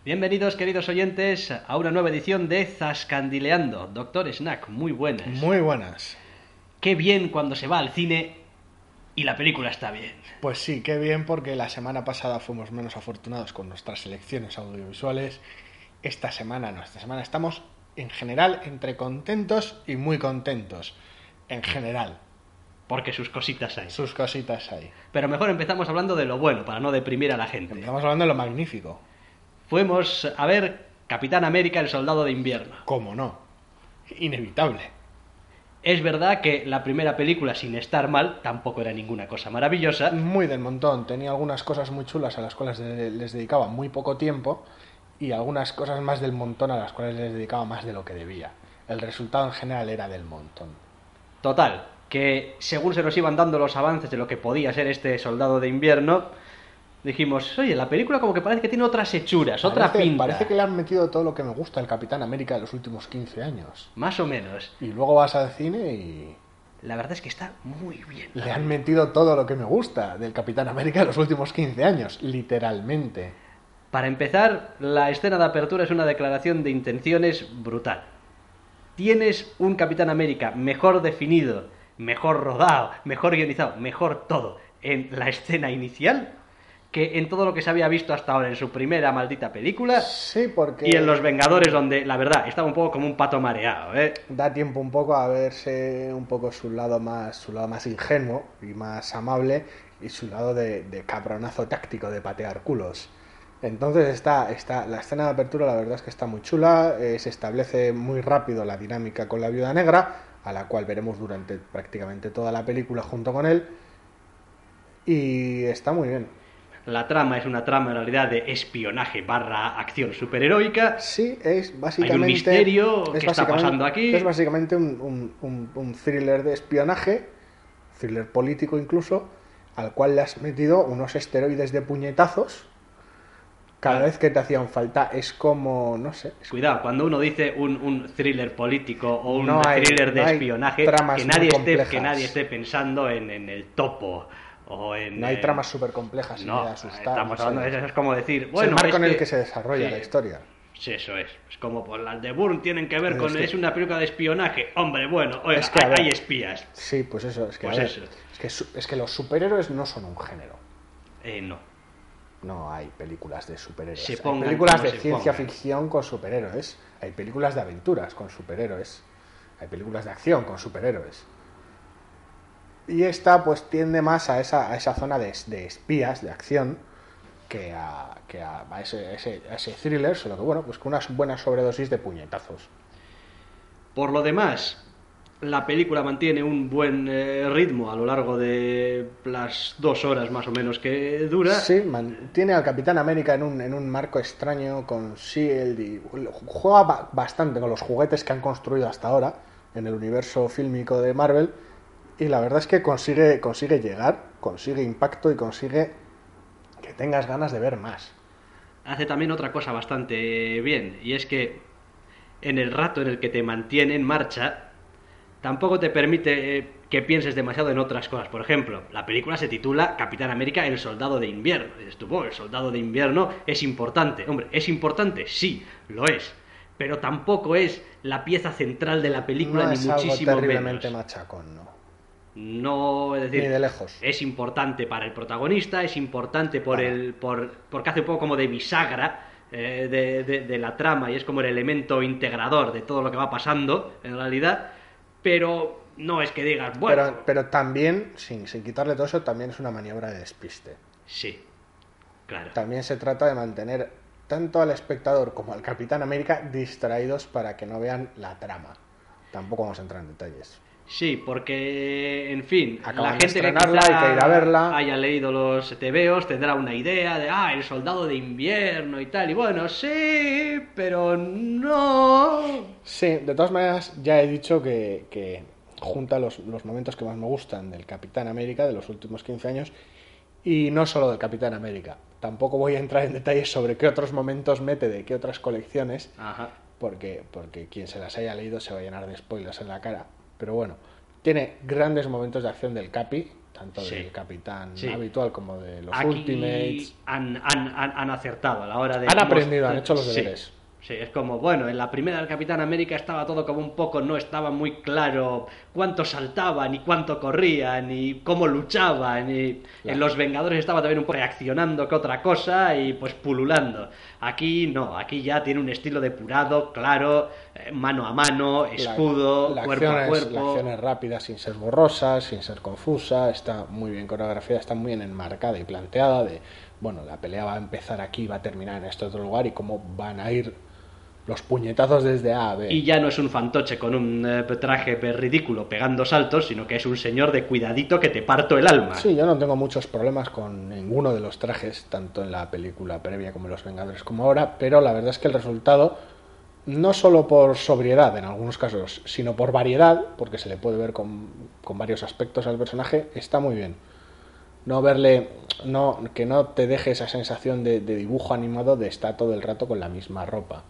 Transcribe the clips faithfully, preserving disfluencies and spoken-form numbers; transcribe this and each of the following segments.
Bienvenidos, queridos oyentes, a una nueva edición de Zascandileando. Doctor Snack, muy buenas. Muy buenas. Qué bien cuando se va al cine y la película está bien. Pues sí, qué bien, porque la semana pasada fuimos menos afortunados con nuestras selecciones audiovisuales. Esta semana no, esta semana estamos en general entre contentos y muy contentos. En general. Porque sus cositas hay. Sus cositas hay. Pero mejor empezamos hablando de lo bueno, para no deprimir a la gente. Empezamos hablando de lo magnífico. Fuimos a ver Capitán América, el Soldado de Invierno. ¿Cómo no? Inevitable. Es verdad que la primera película, sin estar mal, tampoco era ninguna cosa maravillosa. Muy del montón. Tenía algunas cosas muy chulas a las cuales les dedicaba muy poco tiempo y algunas cosas más del montón a las cuales les dedicaba más de lo que debía. El resultado en general era del montón. Total, que según se nos iban dando los avances de lo que podía ser este Soldado de Invierno, dijimos, oye, la película como que parece que tiene otras hechuras, Parece, otra pinta. Parece que le han metido todo lo que me gusta al Capitán América de los últimos quince años. Más o menos. Y luego vas al cine y... La verdad es que está muy bien. Le han metido todo lo que me gusta del Capitán América de los últimos quince años, literalmente. Para empezar, la escena de apertura es una declaración de intenciones brutal. Tienes un Capitán América mejor definido, mejor rodado, mejor guionizado, mejor todo en la escena inicial que en todo lo que se había visto hasta ahora en su primera maldita película. Sí, porque... Y en Los Vengadores, donde, la verdad, estaba un poco como un pato mareado, ¿eh? Da tiempo un poco a verse un poco su lado más, su lado más ingenuo y más amable y su lado de, de cabronazo táctico, de patear culos. Entonces está, está, la escena de apertura la verdad es que está muy chula, eh, se establece muy rápido la dinámica con la Viuda Negra, a la cual veremos durante prácticamente toda la película junto con él, y está muy bien. La trama es una trama en realidad de espionaje barra acción superheroica. Sí, es básicamente... Hay un misterio es que está pasando aquí. Es básicamente un, un, un, un thriller de espionaje, thriller político incluso, al cual le has metido unos esteroides de puñetazos cada vez que te hacían falta. Es como, no sé... Cuidado, cuando uno dice un, un thriller político o un no hay, thriller de no espionaje, que nadie, esté, que nadie esté pensando en, en el topo. O en, no hay tramas súper complejas no, y de asustar. Estamos hablando de eso, es como decir, bueno, es el marco es en el que, que se desarrolla sí, la historia. Sí, eso es. Es como pues, las de Bourne tienen que ver Pero con es, que, es una película de espionaje. Hombre, bueno, oiga, es que, hay, ver, hay espías. Sí, pues eso, es que, pues ver, eso. Es, que es que los superhéroes no son un género. Eh, no. No hay películas de superhéroes. Se hay películas de ciencia pongan. ficción con superhéroes. Hay películas de aventuras con superhéroes. Hay películas de acción con superhéroes. Y esta pues tiende más a esa, a esa zona de, de espías, de acción, que a, que a, a, ese, a, ese, a ese thriller, solo que bueno, pues con una buena sobredosis de puñetazos. Por lo demás, la película mantiene un buen eh, ritmo a lo largo de las dos horas más o menos que dura. Sí, mantiene al Capitán América en un, en un marco extraño con Shield y juega bastante con los juguetes que han construido hasta ahora en el universo fílmico de Marvel. Y la verdad es que consigue, consigue llegar, consigue impacto y consigue que tengas ganas de ver más. Hace también otra cosa bastante bien, y es que en el rato en el que te mantiene en marcha, tampoco te permite eh, que pienses demasiado en otras cosas. Por ejemplo, la película se titula Capitán América, el Soldado de Invierno. Y dices tú, oh, el Soldado de Invierno es importante. Hombre, ¿es importante? Sí, lo es. Pero tampoco es la pieza central de la película, no ni es muchísimo algo terriblemente menos. machacón, ¿no? No, es decir, ni de lejos. Es importante para el protagonista, es importante por claro. el por porque hace un poco como de bisagra eh, de, de, de la trama y es como el elemento integrador de todo lo que va pasando en realidad, pero no es que digas, bueno... Pero, pero también, sin, sin quitarle todo eso, también es una maniobra de despiste. Sí, claro. También se trata de mantener tanto al espectador como al Capitán América distraídos para que no vean la trama. Tampoco vamos a entrar en detalles. Sí, porque, en fin, acaban la gente que quizá hay que ir a verla. haya leído los tebeos tendrá una idea de, ah, el Soldado de Invierno y tal, y bueno, sí, pero no... Sí, de todas maneras, ya he dicho que, que junta los, los momentos que más me gustan del Capitán América de los últimos quince años, y no solo del Capitán América. Tampoco voy a entrar en detalles sobre qué otros momentos mete de qué otras colecciones, Ajá. porque, porque quien se las haya leído se va a llenar de spoilers en la cara. Pero bueno, tiene grandes momentos de acción del Capi, tanto Sí. del Capitán Sí. habitual como de los Aquí Ultimates. han, han, han, han acertado a la hora de... Han aprendido, mostrar- han hecho los Sí. deberes. Sí, es como, bueno, en la primera del Capitán América estaba todo como un poco, no estaba muy claro cuánto saltaban, ni cuánto corrían, ni cómo luchaban, y Claro. en Los Vengadores estaba también un poco reaccionando que otra cosa y pues pululando. Aquí no, aquí ya tiene un estilo depurado, claro, eh, mano a mano, escudo, la, la cuerpo acción a es- cuerpo. La acción es rápida, sin ser borrosa, sin ser confusa, está muy bien coreografiada, está muy bien enmarcada y planteada de, bueno, la pelea va a empezar aquí, va a terminar en este otro lugar y cómo van a ir los puñetazos desde A a B. Y ya no es un fantoche con un eh, traje pe- ridículo pegando saltos, sino que es un señor de cuidadito que te parto el alma. Sí, yo no tengo muchos problemas con ninguno de los trajes, tanto en la película previa como en Los Vengadores como ahora, pero la verdad es que el resultado, no solo por sobriedad en algunos casos, sino por variedad, porque se le puede ver con, con varios aspectos al personaje, está muy bien. No verle, no, que no te deje esa sensación de, de dibujo animado de estar todo el rato con la misma ropa.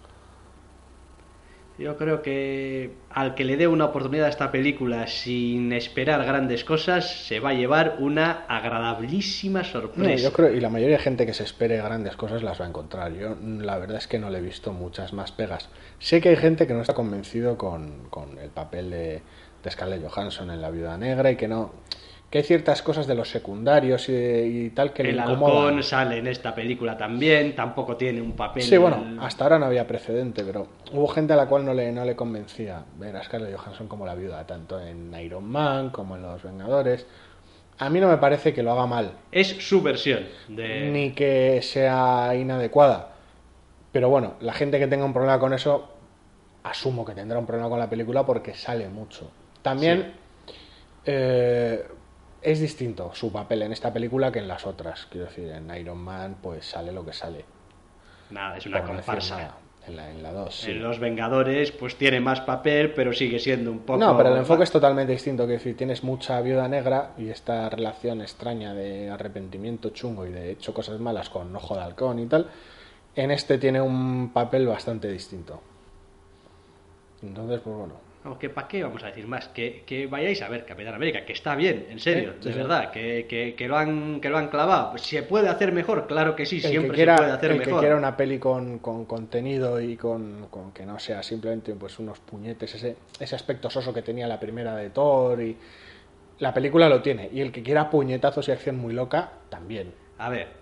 Yo creo que al que le dé una oportunidad a esta película sin esperar grandes cosas, se va a llevar una agradabilísima No, sorpresa. yo creo, y la mayoría de gente que se espere grandes cosas las va a encontrar. Yo la verdad es que no le he visto muchas más pegas. Sé que hay gente que no está convencido con, con el papel de, de Scarlett Johansson en La Viuda Negra y que no, que hay ciertas cosas de los secundarios y, y tal que le El incomodan. halcón sale en esta película también, tampoco tiene un papel... Sí, bueno, hasta ahora no había precedente, pero hubo gente a la cual no le, no le convencía ver a Scarlett Johansson como la viuda, tanto en Iron Man como en Los Vengadores. A mí no me parece que lo haga mal, Es su versión de... ni que sea inadecuada. Pero bueno, la gente que tenga un problema con eso, asumo que tendrá un problema con la película porque sale mucho. También eh, es distinto su papel en esta película que en las otras. Quiero decir, en Iron Man pues sale lo que sale. Nada, es una Por no decir comparsa. nada. En la, en la dos, sí. En Los Vengadores pues tiene más papel, pero sigue siendo un poco... No, pero el enfoque es totalmente distinto. Que decir, tienes mucha viuda negra y esta relación extraña de arrepentimiento chungo y de hecho cosas malas con Ojo de Halcón y tal. En este tiene un papel bastante distinto. Entonces, pues bueno. Vamos, que para qué vamos a decir más, que, que vayáis a ver Capitán América, que está bien, en serio, Sí, de sí. verdad, que, que, que lo han, que lo han clavado. ¿Se puede hacer mejor? Claro que sí, El siempre que quiera, se puede hacer el que mejor. quiera una peli con, con contenido y con, con que no sea simplemente pues unos puñetes, ese, ese aspecto soso que tenía la primera de Thor, y la película lo tiene. Y el que quiera puñetazos y acción muy loca, también. A ver,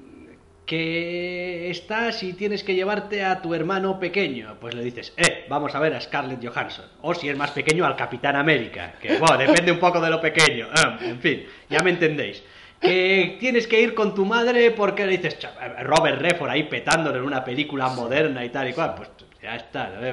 que estás y tienes que llevarte a tu hermano pequeño, pues le dices, eh, vamos a ver a Scarlett Johansson. O si es más pequeño, al Capitán América, que bueno, depende un poco de lo pequeño. Ah, en fin, ya me entendéis. Que tienes que ir con tu madre porque le dices, "Cha- Robert Redford ahí petándolo en una película moderna y tal y cual, pues ya está. ¿No?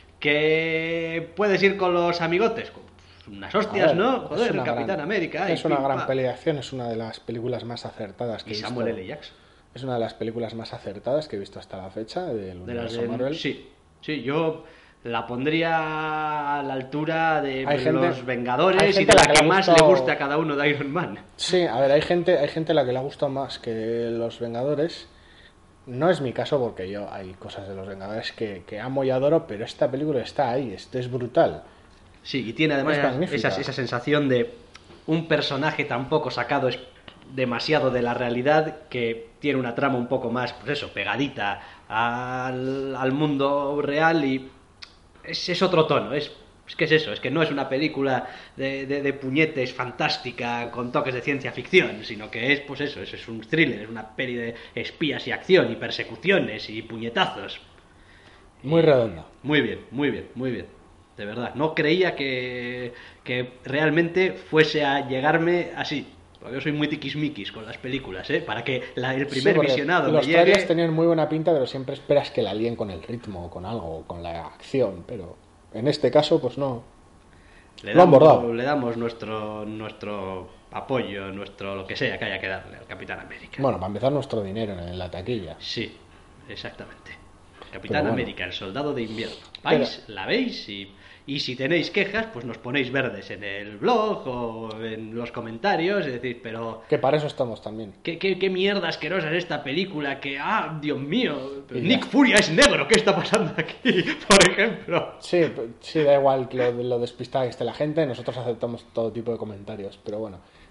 Que puedes ir con los amigotes, unas hostias, A ver, ¿no? es Joder, una Capitán gran- América. Es y una pim, gran pam. peli de acción, es una de las películas más acertadas que Y he Samuel visto. L. Jackson. Es una de las películas más acertadas que he visto hasta la fecha del De las universo de- Marvel. Sí, sí, yo la pondría a la altura de Hay gente- los Vengadores hay y gente de a la la que que le ha más le gustado- gusta a cada uno de Iron Man. Sí, a ver, hay gente, hay gente a la que le ha gustado más que Los Vengadores. No es mi caso porque yo hay cosas de Los Vengadores que, que amo y adoro, pero esta película está ahí, esto es brutal. Sí, y tiene además Es magnífica. esa, esa sensación de un personaje tan poco sacado es demasiado de la realidad, que tiene una trama un poco más, pues eso, pegadita al, al mundo real, y es, es otro tono, es, es que es eso, es que no es una película de, de, de puñetes fantástica con toques de ciencia ficción, sino que es, pues eso, es, es un thriller, es una peli de espías y acción y persecuciones y puñetazos. Muy redonda. Muy bien, muy bien, muy bien. De verdad, no creía que, que realmente fuese a llegarme así. Porque yo soy muy tiquismiquis con las películas, ¿eh? Para que la- el primer Sí, porque visionado me los llegue... trailers tenían muy buena pinta, pero siempre esperas que la líen con el ritmo, o con algo, o con la acción, pero en este caso, pues no. Le Lo han damos, bordado. le damos nuestro, nuestro apoyo, nuestro lo que sea que haya que darle al Capitán América. Bueno, para empezar, nuestro dinero en la taquilla. Sí, exactamente. Capitán Pero bueno. América, el soldado de invierno. Vais, la veis y, y si tenéis quejas, pues nos ponéis verdes en el blog o en los comentarios. Es decir, pero Que para eso estamos también. ¿qué, qué, qué mierda asquerosa es esta película? Que, ah, Dios mío, Y Nick ya. Furia es negro. ¿Qué está pasando aquí? Por ejemplo. Sí, p- sí, da igual que lo, lo despistada que esté la gente, nosotros aceptamos todo tipo de comentarios, pero bueno,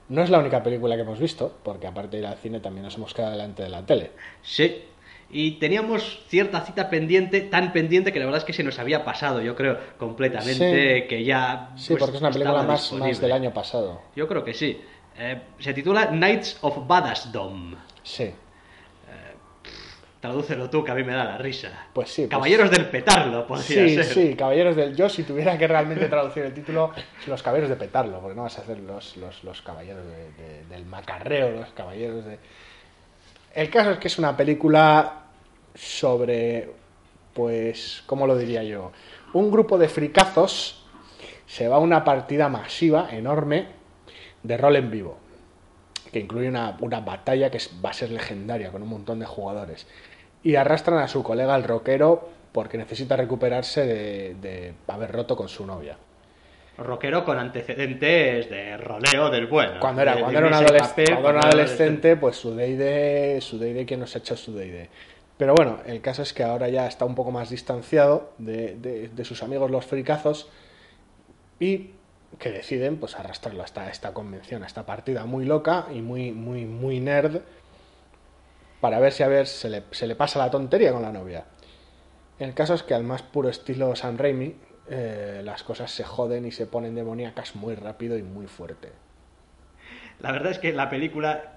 No es la única película que hemos visto, porque aparte de ir al cine también nos hemos quedado delante de la tele. Sí, y teníamos cierta cita pendiente, tan pendiente que la verdad es que se nos había pasado, yo creo, completamente, Sí, que ya sí, pues, porque es una película estaba más, más del disponible. año pasado. Yo creo que sí. Eh, se titula Knights of Badassdom. Sí, Tradúcelo tú, que a mí me da la risa. pues sí, pues... Caballeros del Petardo, podría Sí, ser. sí, Caballeros del... Yo, si tuviera que realmente traducir el título, los Caballeros de Petarlo, porque no vas a hacer los, los, los Caballeros de- de- del Macarreo, los Caballeros de... El caso es que es una película sobre, pues, ¿cómo lo diría yo? Un grupo de fricazos se va a una partida masiva, enorme, de rol en vivo, que incluye una, una batalla que es- va a ser legendaria, con un montón de jugadores. Y arrastran a su colega el rockero porque necesita recuperarse de, de haber roto con su novia. Rockero con antecedentes de roleo del bueno. Cuando era, de, cuando de era un, un adoles- S K P, cuando era un cuando era adolescente, pues su D y D, su D y D, ¿quién nos ha hecho su D y D? Pero bueno, el caso es que ahora ya está un poco más distanciado de, de- de sus amigos los fricazos y que deciden pues arrastrarlo hasta esta convención, a esta partida muy loca y muy, muy, muy nerd para ver si a ver se le, se le pasa la tontería con la novia. El caso es que al más puro estilo Sam Raimi, eh, las cosas se joden y se ponen demoníacas muy rápido y muy fuerte. La verdad es que la película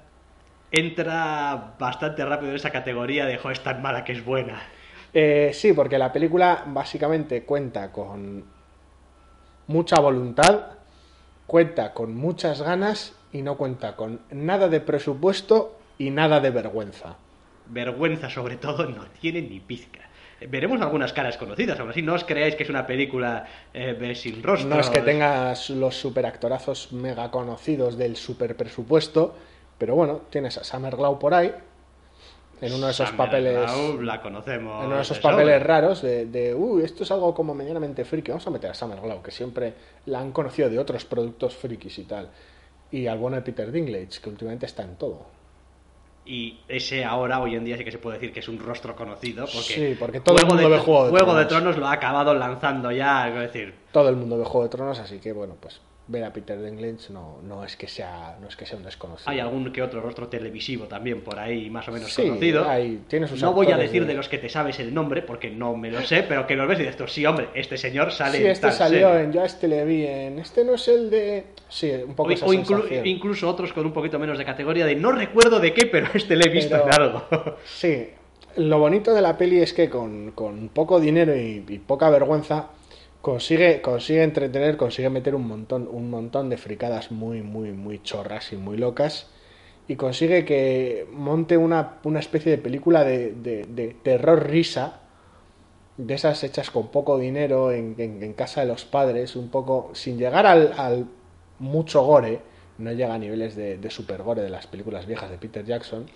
entra bastante rápido en esa categoría de, jo, es tan mala que es buena. Eh, sí, porque la película básicamente cuenta con mucha voluntad, cuenta con muchas ganas y no cuenta con nada de presupuesto y nada de vergüenza. Vergüenza, sobre todo, no tiene ni pizca. Veremos algunas caras conocidas, aún así no os creáis que es una película eh, sin rostro. No es que tengas los superactorazos mega conocidos del super presupuesto, pero bueno, tienes a Summer Glau por ahí, en uno de esos Summer papeles... Glau la conocemos. En uno de esos de papeles sobra. raros de, de, uy, esto es algo como medianamente friki, vamos a meter a Summer Glau, que siempre la han conocido de otros productos frikis y tal. Y al bueno de Peter Dinklage, que últimamente está en todo. Y ese ahora, hoy en día, sí que se puede decir que es un rostro conocido. Porque, Sí, porque todo el mundo de, ve Juego de Juego de Tronos. Tronos lo ha acabado lanzando ya, es decir, Todo el mundo ve Juego de Tronos, así que bueno, pues ver a Peter Dinklage no, no es que sea no es que sea un desconocido. hay algún que otro rostro televisivo también por ahí más o menos Sí, conocido. hay- tiene sus No voy a actores decir de- de los que te sabes el nombre porque no me lo sé, pero que lo ves y dices, sí, hombre, este señor sale Sí, en este tal salió serie. en yo a este le vi en este no es el de sí, un O, poco esa o inclu- sensación. incluso otros con un poquito menos de categoría de no recuerdo de qué, pero este le he visto Pero- en algo. Sí, lo bonito de la peli es que con, con poco dinero y, y poca vergüenza consigue, consigue entretener, consigue meter un montón, un montón de fricadas muy, muy, muy chorras y muy locas y consigue que monte una, una especie de película de, de, de terror risa, de esas hechas con poco dinero en, en, en casa de los padres, un poco sin llegar al, al mucho gore, no llega a niveles de, de super gore de las películas viejas de Peter Jackson,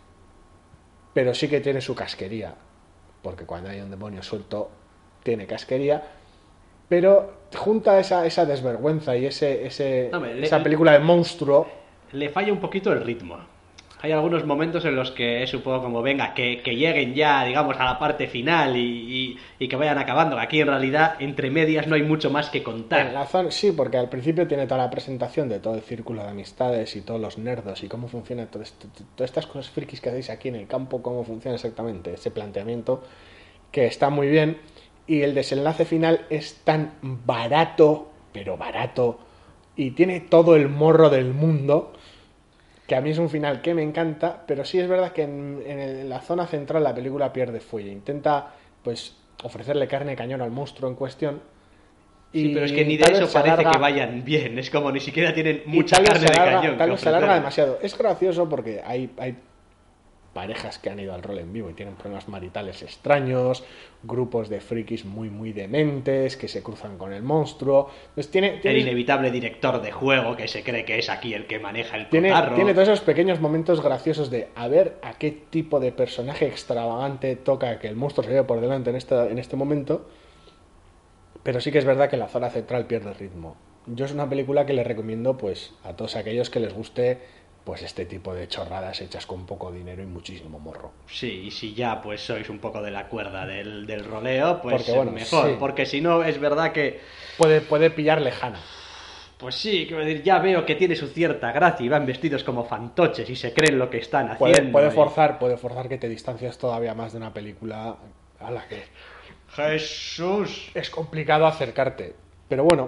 pero sí que tiene su casquería, porque cuando hay un demonio suelto tiene casquería, pero junta esa, esa desvergüenza y ese, ese Hombre, le- esa película de monstruo. Le falla un poquito el ritmo. Hay algunos momentos en los que es un poco como, venga, que, que lleguen ya, digamos, a la parte final y, y- y que vayan acabando. Aquí en realidad, entre medias, no hay mucho más que En contar. la zona, sí, porque al principio tiene toda la presentación de todo el círculo de amistades y todos los nerdos y cómo funciona todo esto, todas estas cosas frikis que hacéis aquí en el campo, cómo funciona exactamente ese planteamiento, que está muy bien. Y el desenlace final es tan barato, pero barato, y tiene todo el morro del mundo, que a mí es un final que me encanta, pero sí es verdad que en, en el- en la zona central la película pierde fuelle. Intenta, pues, ofrecerle carne de cañón al monstruo en cuestión. Sí, pero es que ni de tal vez eso se parece alarga- que vayan bien. Es como ni siquiera tienen y mucha tal vez carne se de alarga- cañón. Tal que vez se alarga ofrecer. demasiado. Es gracioso porque hay, hay parejas que han ido al rol en vivo y tienen problemas maritales extraños, grupos de frikis muy, muy dementes que se cruzan con el monstruo. Entonces tiene, El tiene, inevitable director de juego que se cree que es aquí el que maneja el tiene, cotarro. tiene todos esos pequeños momentos graciosos de a ver a qué tipo de personaje extravagante toca que el monstruo se lleve por delante en, esta, en este momento. Pero sí que es verdad que la zona central pierde ritmo. Yo es una película que le recomiendo pues a todos aquellos que les guste pues este tipo de chorradas hechas con poco dinero y muchísimo morro. Sí, y si ya pues sois un poco de la cuerda del, del roleo, pues Porque, bueno, mejor. sí. Porque si no, es verdad que Puede, puede pillar lejana. Pues sí, quiero decir, ya veo que tiene su cierta gracia y van vestidos como fantoches y se creen lo que están Puede, haciendo. puede y- forzar, puede forzar que te distancias todavía más de una película a la que Jesús. es complicado acercarte. Pero bueno,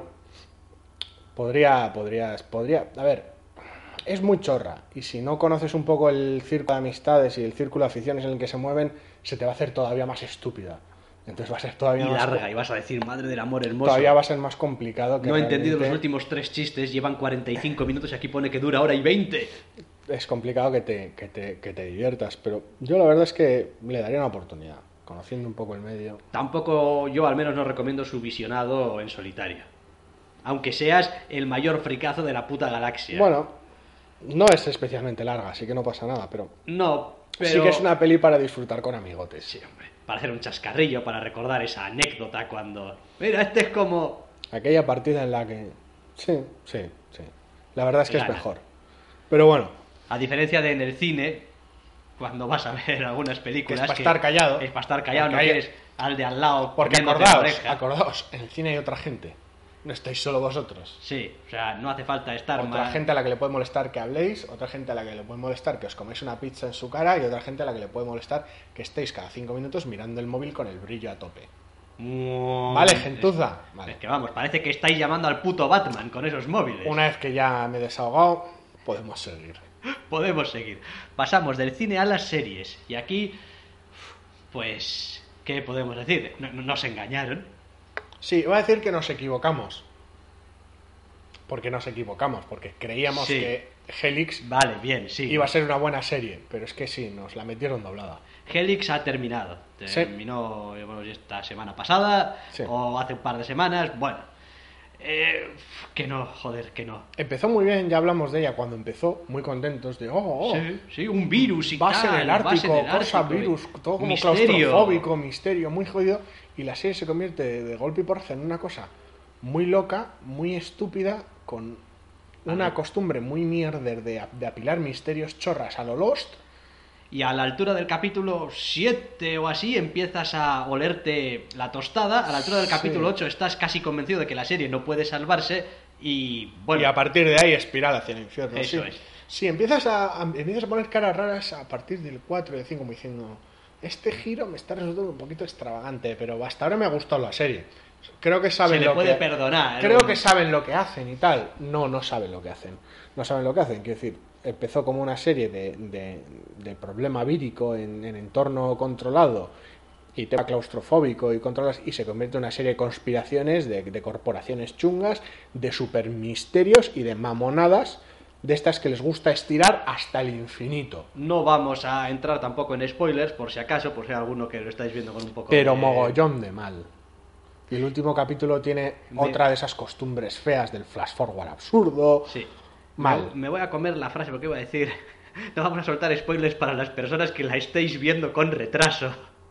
podría, podrías, podría, a ver, es muy chorra. Y si no conoces un poco el círculo de amistades y el círculo de aficiones en el que se mueven, se te va a hacer todavía más estúpida. Entonces va a ser todavía Y más larga, y vas a decir, madre del amor hermoso. todavía va a ser más complicado que No he entendido los realmente- últimos tres chistes, llevan cuarenta y cinco minutos y aquí pone que dura hora y veinte. es complicado que te, que te, que te diviertas. Pero yo la verdad es que le daría una oportunidad, conociendo un poco el medio. Tampoco yo al menos no recomiendo su visionado en solitario. Aunque seas el mayor fricazo de la puta galaxia. Bueno, no es especialmente larga, así que no pasa nada, pero, No, pero... sí que es una peli para disfrutar con amigotes. Sí, hombre. Para hacer un chascarrillo, para recordar esa anécdota cuando... Mira, este es como... Aquella partida en la que... Sí, sí, sí. La verdad es que Gana. es mejor. Pero bueno, A diferencia de en el cine, cuando vas a ver algunas películas... Que es pa' estar callado. Es para estar callado, Porque no hay- quieres al de al lado porque comiéndote la acordaos, oreja. acordaos, en el cine hay otra gente. No estáis solo vosotros. Sí, o sea, no hace falta estar Otra más... gente a la que le puede molestar que habléis, otra gente a la que le puede molestar que os coméis una pizza en su cara y otra gente a la que le puede molestar que estéis cada cinco minutos mirando el móvil con el brillo a tope. Vale, gentuza. Vale. Es que vamos, parece que estáis llamando al puto Batman con esos móviles. Una vez que ya me he desahogado, podemos seguir. Podemos seguir. Pasamos del cine a las series. Y aquí, pues, ¿qué podemos decir? No- no- Nos engañaron. Sí, iba a decir que nos equivocamos. Porque nos equivocamos, porque creíamos Sí. que Helix Vale, bien, sí. iba a ser una buena serie, pero es que sí, nos la metieron doblada. Helix ha terminado. Sí. Terminó eh, bueno, esta semana pasada Sí. o hace un par de semanas. Bueno, eh, que no, joder, que no. Empezó muy bien, ya hablamos de ella cuando empezó, muy contentos de, oh, oh, Sí, sí, un virus y base tal. en el base Ártico, en el cosa, Ártico, virus, y todo como misterio. claustrofóbico, misterio, muy jodido, y la serie se convierte de, de golpe y porrazo en una cosa muy loca, muy estúpida, con una Vale. costumbre muy mierder de, de apilar misterios chorras a lo Lost. Y a la altura del capítulo siete o así empiezas a olerte la tostada. A la altura del Sí. capítulo ocho estás casi convencido de que la serie no puede salvarse. Y bueno, Y a partir de ahí espiral hacia el infierno. Eso sí. es. Sí, empiezas a, a- empiezas a poner caras raras a partir del cuatro y del cinco, como diciendo, este giro me está resultando un poquito extravagante, pero hasta ahora me ha gustado la serie. Creo que saben se le lo puede que perdonar. Creo que saben lo que hacen y tal. No, no saben lo que hacen. No saben lo que hacen. Quiero decir, empezó como una serie de, de, de problema vírico en, en entorno controlado y tema claustrofóbico y controlas y se convierte en una serie de conspiraciones de, de corporaciones chungas, de super misterios y de mamonadas de estas que les gusta estirar hasta el infinito. No vamos a entrar tampoco en spoilers, por si acaso, por si hay alguno que lo estáis viendo con un poco Pero de... mogollón de mal. Y el último capítulo tiene Me- otra de esas costumbres feas del flash forward absurdo. Sí. Mal. Me, me voy a comer la frase porque iba a decir... No vamos a soltar spoilers para las personas que la estéis viendo con retraso.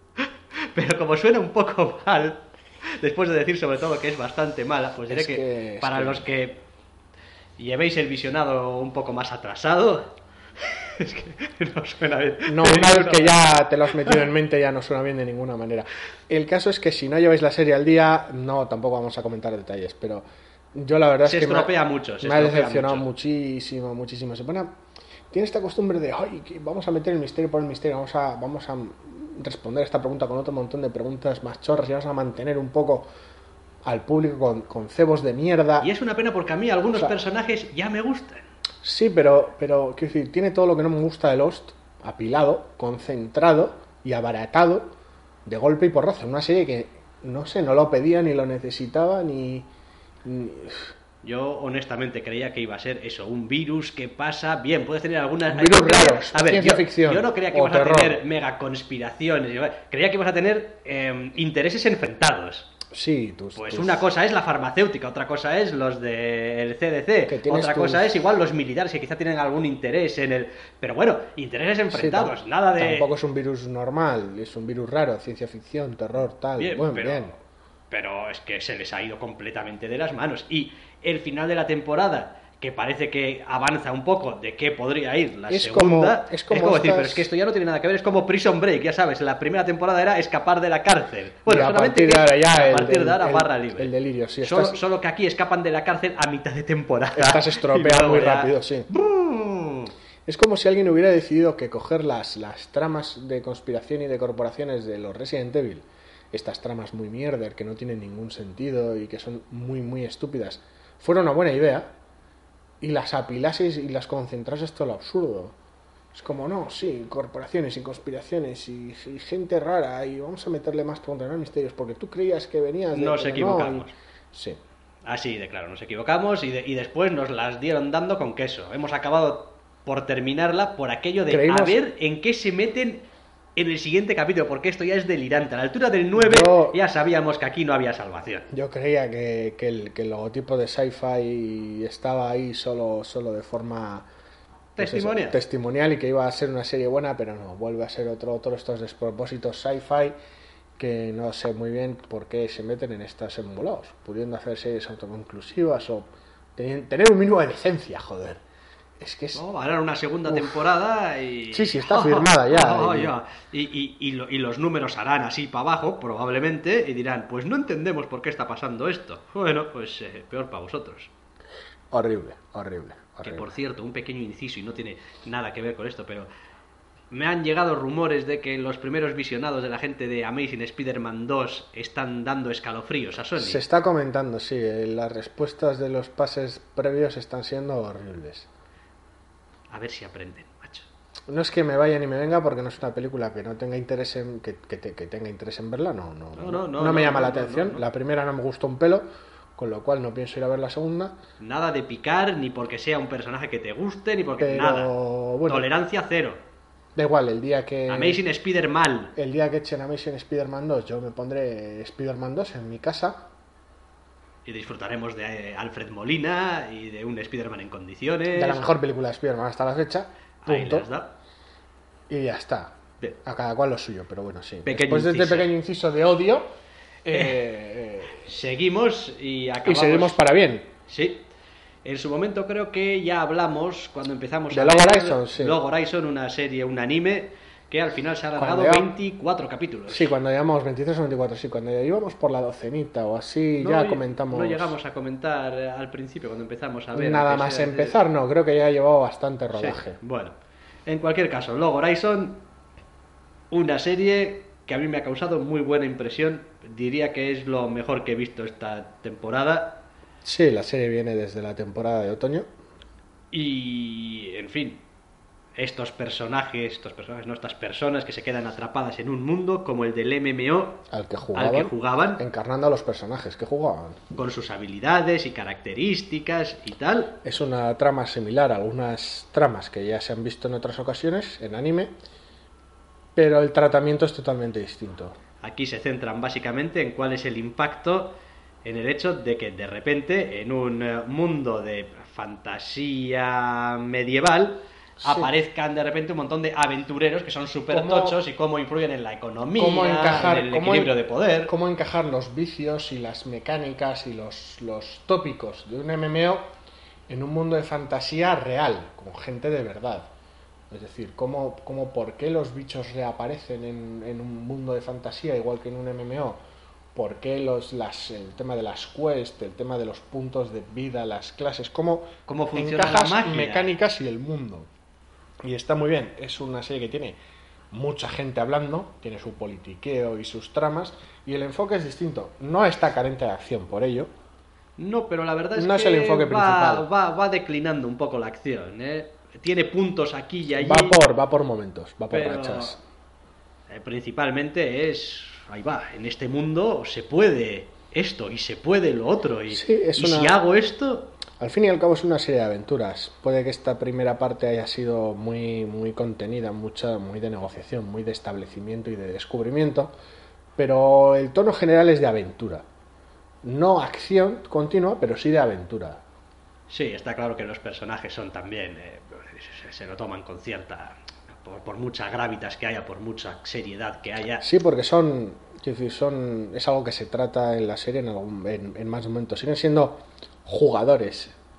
Pero como suena un poco mal, después de decir sobre todo que es bastante mala, pues diré Es que, que- es para que- los que llevéis el visionado un poco más atrasado, es que no suena bien. No, una vez que ya te lo has metido en mente ya no suena bien de ninguna manera. El caso es que si no lleváis la serie al día, no, tampoco vamos a comentar detalles, pero yo la verdad Se es que me ha- estropea mucho, se me ha estropea decepcionado mucho. muchísimo, muchísimo. Se pone a- tiene esta costumbre de, ay, que vamos a meter el misterio por el misterio, vamos a, vamos a responder esta pregunta con otro montón de preguntas más chorras y vamos a mantener un poco al público con, con cebos de mierda. Y es una pena porque a mí algunos O sea- personajes ya me gustan. Sí, pero, pero quiero decir, tiene todo lo que no me gusta de Lost, apilado, concentrado y abaratado de golpe y porrazo. Una serie que, no sé, no lo pedía ni lo necesitaba ni... ni- Yo honestamente creía que iba a ser eso, un virus que pasa, bien, puedes tener algunas... Virus yo creía- raros, a ver, ciencia yo, ficción, yo no creía que o ibas a terror. tener mega conspiraciones, yo creía que ibas a tener eh, intereses enfrentados. Sí, tus, Pues tus- una cosa es la farmacéutica, otra cosa es los del C D C, Que tienes otra tus- cosa es igual los militares que quizá tienen algún interés en el... Pero bueno, intereses sí, enfrentados, tam- nada de... Tampoco es un virus normal, es un virus raro, ciencia ficción, terror, tal. Bien, bueno, pero, bien. pero es que se les ha ido completamente de las manos. Y el final de la temporada, que parece que avanza un poco de qué podría ir la Es segunda. como- es como decir, estas- pero es que esto ya no tiene nada que ver, es como Prison Break, ya sabes, la primera temporada era escapar de la cárcel. Bueno, Y a solamente partir que de ahora ya a el partir del- de ahora el- barra libre. el delirio, sí, Solo, estás- solo que aquí escapan de la cárcel a mitad de temporada. Estas se Y estropean luego muy ya- rápido, sí. ¡Bum! Es como si alguien hubiera decidido que coger las, las tramas de conspiración y de corporaciones de los Resident Evil, estas tramas muy mierder que no tienen ningún sentido y que son muy, muy estúpidas, fuera una buena idea, y las apilases y las concentrases todo lo absurdo. Es como, no, sí, corporaciones y conspiraciones y, y gente rara, y vamos a meterle más preguntas, no misterios, porque tú creías que venías de... Nos pero equivocamos. No, y- Sí. Así de claro, nos equivocamos y, de- y después nos las dieron dando con queso. Hemos acabado por terminarla por aquello de Creímos- a ver en qué se meten en el siguiente capítulo, porque esto ya es delirante. A la altura del nueve Yo- ya sabíamos que aquí no había salvación. Yo creía que, que el, que el logotipo de Sci-Fi estaba ahí solo, solo de forma pues eso, Testimonial. testimonial y que iba a ser una serie buena, pero no, vuelve a ser otro, otro de estos despropósitos Sci-Fi que no sé muy bien por qué se meten en estos embolados, pudiendo hacer series autoconclusivas o teni- tener un mínimo de decencia, joder. Es que es... No, harán una segunda Uf. temporada y... Sí, sí, está firmada ya. Ah, Y- ya. Y, y- y lo- y los números harán así para abajo, probablemente, y dirán, pues no entendemos por qué está pasando esto. Bueno, pues eh, peor para vosotros. Horrible, horrible, Que horrible. por cierto, un pequeño inciso y no tiene nada que ver con esto, pero me han llegado rumores de que los primeros visionados de la gente de Amazing Spider-Man dos están dando escalofríos a Sony. Se está comentando, sí, eh, las respuestas de los pases previos están siendo horribles. A ver si aprenden, macho. No es que me vaya ni me venga porque no es una película que no tenga interés en que, que, te- que tenga interés en verla, no, no, No, no, no, me no, llama no, la no, atención. no, no. La primera no me gustó un pelo, con lo cual no pienso ir a ver la segunda. Nada de picar, ni porque sea un personaje que te guste, ni porque Pero, nada. bueno. Tolerancia cero. Da igual, el día que Amazing Spider-Man. el día que echen Amazing Spider-Man dos, yo me pondré Spider-Man dos en mi casa. Y disfrutaremos de eh, Alfred Molina y de un Spider-Man en condiciones. De la mejor película de Spider-Man hasta la fecha. Ahí Punto. las da. Y ya está. Bien. A cada cual lo suyo, pero bueno, sí. Pequeño Después de este inciso. pequeño inciso de odio, eh, eh, Seguimos y acabamos. y seguimos para bien. Sí. En su momento creo que ya hablamos cuando empezamos De a Log ver Horizon, sí. Log Horizon, una serie, un anime que al final se ha alargado Cuando ya- veinticuatro capítulos. Sí, cuando llevamos veintitrés o veinticuatro, sí, cuando íbamos por la docenita o así, No, ya ll- comentamos. No llegamos a comentar eh, al principio cuando empezamos a ver. Nada aunque más sea- empezar, no, creo que ya ha llevado bastante Sí, rodaje. bueno, en cualquier caso, Log Horizon, una serie que a mí me ha causado muy buena impresión. Diría que es lo mejor que he visto esta temporada. Sí, la serie viene desde la temporada de otoño. Y, en fin, estos personajes, estos personajes, no, estas personas que se quedan atrapadas en un mundo como el del M M O, Al que jugaban, al que jugaban, encarnando a los personajes que jugaban. con sus habilidades y características y tal. Es una trama similar a algunas tramas que ya se han visto en otras ocasiones en anime, pero el tratamiento es totalmente distinto. Aquí se centran básicamente en cuál es el impacto en el hecho de que de repente en un eh, mundo de fantasía medieval Sí. aparezcan de repente un montón de aventureros que son súper Cómo- tochos y cómo influyen en la economía, Cómo encajar, en el cómo equilibrio en- de poder. cómo encajar los vicios y las mecánicas y los, los tópicos de un M M O en un mundo de fantasía real, con gente de verdad. Es decir, cómo, cómo por qué los bichos reaparecen en, en un mundo de fantasía igual que en un M M O. ¿Por qué los, las, el tema de las quests, el tema de los puntos de vida, las clases, cómo, Cómo funciona encajas la máquina. mecánicas y el mundo? Y está muy bien, es una serie que tiene mucha gente hablando, tiene su politiqueo y sus tramas, y el enfoque es distinto. No está carente de acción por ello. No, pero la verdad es No que es el enfoque va, principal. va, va declinando un poco la acción, ¿eh? Tiene puntos aquí y allí. Va por, va por momentos, va por pero, rachas. eh, principalmente es, ahí va, en este mundo se puede esto y se puede lo otro. Y, Sí, es y una- si hago esto, Al fin y al cabo es una serie de aventuras. Puede que esta primera parte haya sido muy, muy contenida, mucha, muy de negociación, muy de establecimiento y de descubrimiento, pero el tono general es de aventura. No acción continua, pero sí de aventura. sí, está claro que los personajes son también, eh, se, se lo toman con cierta, por, por mucha gravitas que haya, por mucha seriedad que haya. Sí, porque son, quiero decir, son, es algo que se trata en la serie en, algún, en, en más momentos. Siguen siendo jugadores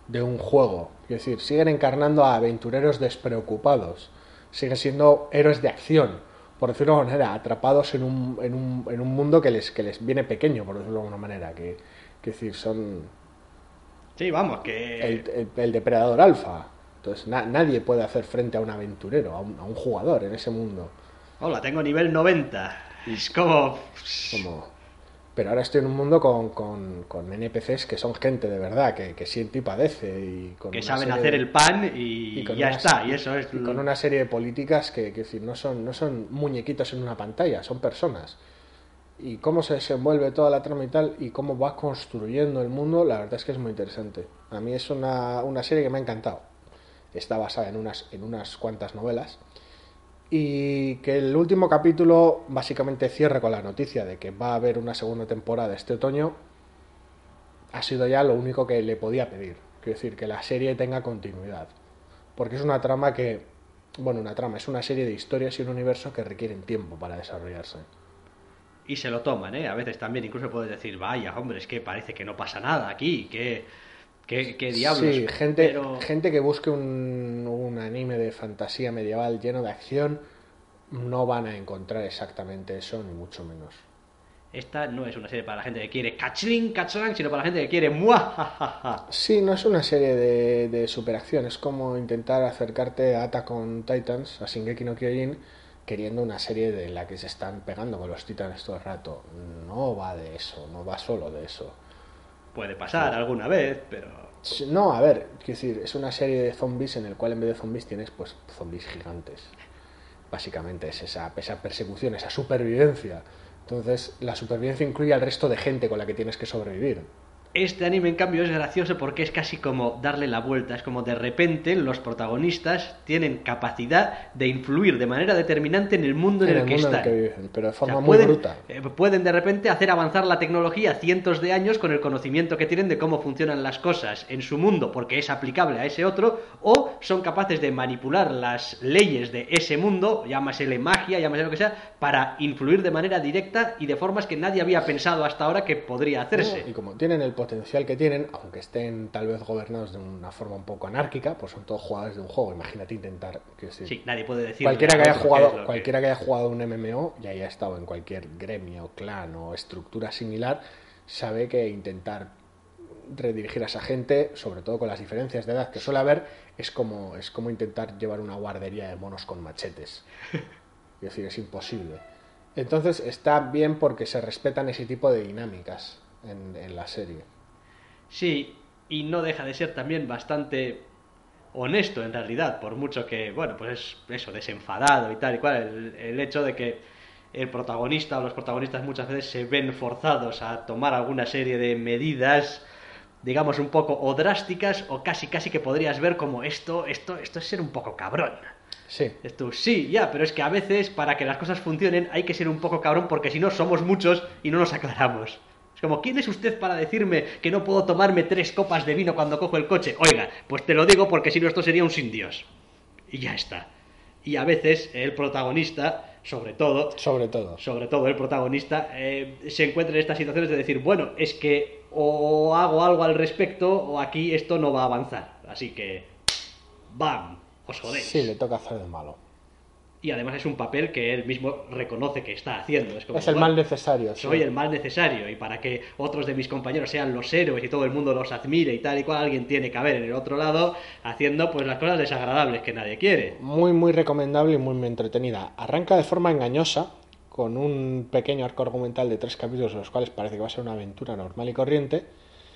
de un juego. Es decir, siguen encarnando a aventureros despreocupados, siguen siendo héroes de acción, por decirlo de alguna manera, atrapados en un, en un, en un mundo que les, que les viene pequeño, por decirlo de alguna manera, que, que decir, son Sí, vamos, el, que... el, el depredador alfa. Entonces na, nadie puede hacer frente a un aventurero, a un, a un jugador en ese mundo. Hola, tengo nivel noventa. Es como... Como... Pero ahora estoy en un mundo con, con, con N P Cs que son gente de verdad, que, que siente y padece. Y con que una saben serie hacer de- el pan y, y con ya una, está. Y eso es... y con una serie de políticas que, que decir, no son, no son muñequitos en una pantalla, son personas. Y cómo se desenvuelve toda la trama y tal, y cómo va construyendo el mundo, la verdad es que es muy interesante. A mí es una, una serie que me ha encantado. Está basada en unas, en unas cuantas novelas. Y que el último capítulo básicamente cierre con la noticia de que va a haber una segunda temporada este otoño, ha sido ya lo único que le podía pedir. Quiero decir, que la serie tenga continuidad. Porque es una trama que, bueno, una trama, es una serie de historias y un universo que requieren tiempo para desarrollarse. Y se lo toman, ¿eh? A veces también incluso puedes decir, vaya, hombre, es que parece que no pasa nada aquí, que... ¿Qué, qué diablos? Sí, gente, Pero gente que busque un, un anime de fantasía medieval lleno de acción no van a encontrar exactamente eso, ni mucho menos. esta no es una serie para la gente que quiere cachlin, cachlán, sino para la gente que quiere muajajaja. Sí, no es una serie de, de superacción, es como intentar acercarte a Attack on Titans, a Shingeki no Kyojin, queriendo una serie de la que se están pegando con los titanes todo el rato. No va de eso, no va solo de eso. Puede pasar alguna vez, pero... No, a ver, quiero decir, es una serie de zombies en el cual en vez de zombies tienes pues zombies gigantes. Básicamente es esa, esa persecución, esa supervivencia. Entonces, la supervivencia incluye al resto de gente con la que tienes que sobrevivir. Este anime, en cambio, es gracioso porque es casi como darle la vuelta. Es como de repente los protagonistas tienen capacidad de influir de manera determinante en el mundo en, En el, el que mundo en el están. que viven, pero de O forma sea, muy pueden, bruta. eh, pueden de repente hacer avanzar la tecnología cientos de años con el conocimiento que tienen de cómo funcionan las cosas en su mundo porque es aplicable a ese otro, o son capaces de manipular las leyes de ese mundo, llámasele magia, llámasele lo que sea, para influir de manera directa y de formas que nadie había pensado hasta ahora que podría hacerse. ¿No? Y como tienen el potencial que tienen, aunque estén tal vez gobernados de una forma un poco anárquica, pues son todos jugadores de un juego. Imagínate intentar, quiero decir, Sí, nadie puede decir cualquiera que haya jugado, cualquiera que haya jugado un M M O y haya estado en cualquier gremio, clan o estructura similar, sabe que intentar redirigir a esa gente, sobre todo con las diferencias de edad que suele haber, es como es como intentar llevar una guardería de monos con machetes. Es decir, es imposible. Entonces está bien porque se respetan ese tipo de dinámicas en, en la serie. Sí, y no deja de ser también bastante honesto en realidad, por mucho que, bueno, pues es eso, desenfadado y tal y cual, el, el hecho de que el protagonista o los protagonistas muchas veces se ven forzados a tomar alguna serie de medidas, digamos, un poco o drásticas o casi casi que podrías ver como esto, esto, esto es ser un poco cabrón. Sí. Esto, sí, ya, pero es que a veces para que las cosas funcionen hay que ser un poco cabrón porque si no somos muchos y no nos aclaramos. Es como, ¿quién es usted para decirme que no puedo tomarme tres copas de vino cuando cojo el coche? Oiga, pues te lo digo porque si no esto sería un sin Dios. Y ya está. Y a veces el protagonista, sobre todo, Sobre todo. sobre todo el protagonista, eh, se encuentra en estas situaciones de decir, bueno, es que o hago algo al respecto o aquí esto no va a avanzar. Así que, ¡bam! Os jodéis. Sí, le toca hacer de malo. Y además es un papel que él mismo reconoce que está haciendo. Es, como, Es el bueno, mal necesario. soy sí. el mal necesario y para que otros de mis compañeros sean los héroes y todo el mundo los admire y tal y cual, alguien tiene que haber en el otro lado haciendo pues las cosas desagradables que nadie quiere. Muy, muy recomendable y muy, muy entretenida. Arranca de forma engañosa, con un pequeño arco argumental de tres capítulos, en los cuales parece que va a ser una aventura normal y corriente,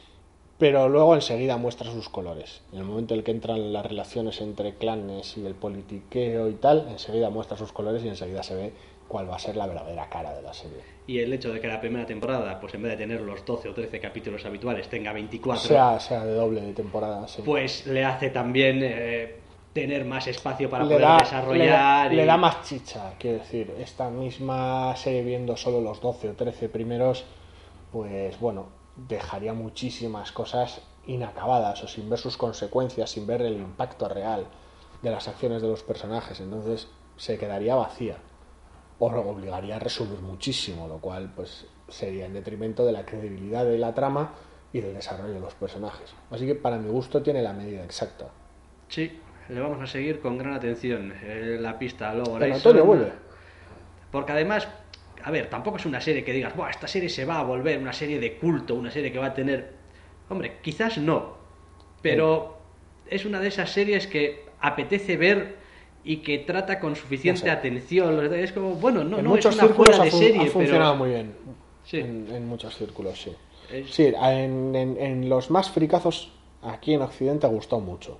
pero luego enseguida muestra sus colores. En el momento en el que entran las relaciones entre clanes y el politiqueo y tal, enseguida muestra sus colores y enseguida se ve cuál va a ser la verdadera cara de la serie. Y el hecho de que la primera temporada, pues en vez de tener los doce o trece capítulos habituales, tenga veinticuatro, Sea, sea de doble de temporada, sí. pues le hace también eh, tener más espacio para le poder da, desarrollar. le, y... le da más chicha, quiero decir. Esta misma serie, viendo solo los doce o trece primeros, pues bueno, dejaría muchísimas cosas inacabadas o sin ver sus consecuencias, sin ver el impacto real de las acciones de los personajes. Entonces se quedaría vacía o obligaría a resumir muchísimo, lo cual pues sería en detrimento de la credibilidad de la trama, y del desarrollo de los personajes. Así que para mi gusto tiene la medida exacta. Sí, le vamos a seguir con gran atención eh, la pista a Log Pero Horizon. Antonio vuelve. Porque además, a ver, tampoco es una serie que digas, Buah, esta serie se va a volver una serie de culto, una serie que va a tener... Hombre, quizás no, pero es una de esas series que apetece ver y que trata con suficiente No sé. atención. Es como, bueno, no, en no es muchos una círculos fuera ha, de fun- serie, ha funcionado pero... muy bien. Sí. En, en muchos círculos, sí. Es- Sí, en, en- en los más fricazos aquí en Occidente ha gustado mucho.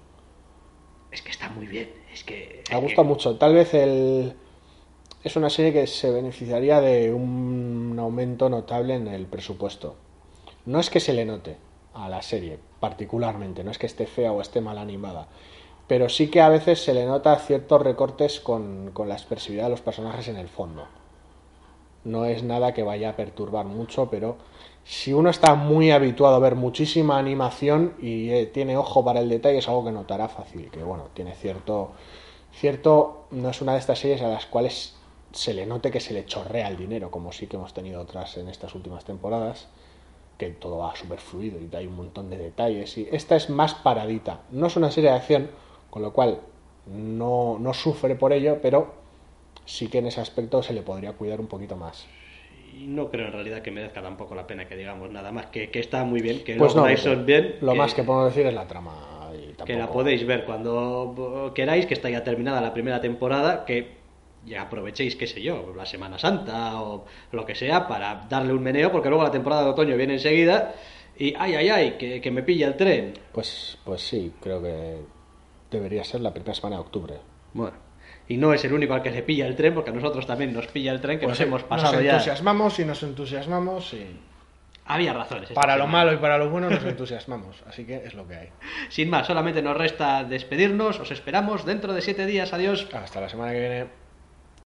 Es que está muy bien, es que... Ha gustado que- mucho. Tal vez el... es una serie que se beneficiaría de un aumento notable en el presupuesto. No es que se le note a la serie, particularmente, no es que esté fea o esté mal animada, pero sí que a veces se le nota ciertos recortes con, con la expresividad de los personajes en el fondo. No es nada que vaya a perturbar mucho, pero si uno está muy habituado a ver muchísima animación y eh, tiene ojo para el detalle, es algo que notará fácil, que bueno, tiene cierto... cierto, no es una de estas series a las cuales se le note que se le chorrea el dinero, como sí que hemos tenido otras en estas últimas temporadas, que todo va súper fluido y hay un montón de detalles. Y esta es más paradita. No es una serie de acción, con lo cual no, no sufre por ello, pero sí que en ese aspecto se le podría cuidar un poquito más. Y no creo en realidad que merezca tampoco la pena que digamos nada más, que, que está muy bien, que Pues Log no, Horizon bien, lo que- más que podemos decir es la trama. Y tampoco... que la podéis ver cuando queráis, que está ya terminada la primera temporada, que ya aprovechéis, qué sé yo, la Semana Santa o lo que sea, para darle un meneo, porque luego la temporada de otoño viene enseguida y ay, ay, ay, que, que me pilla el tren. Pues, pues sí, creo que debería ser la primera semana de octubre. Bueno, y no es el único al que se pilla el tren, porque a nosotros también nos pilla el tren, que Pues nos sí, hemos pasado nos ya. entusiasmamos y nos entusiasmamos y... Había razones. esta Para lo semana. malo y para lo bueno nos entusiasmamos, así que es lo que hay. Sin más, solamente nos resta despedirnos, os esperamos dentro de siete días, adiós. Hasta la semana que viene.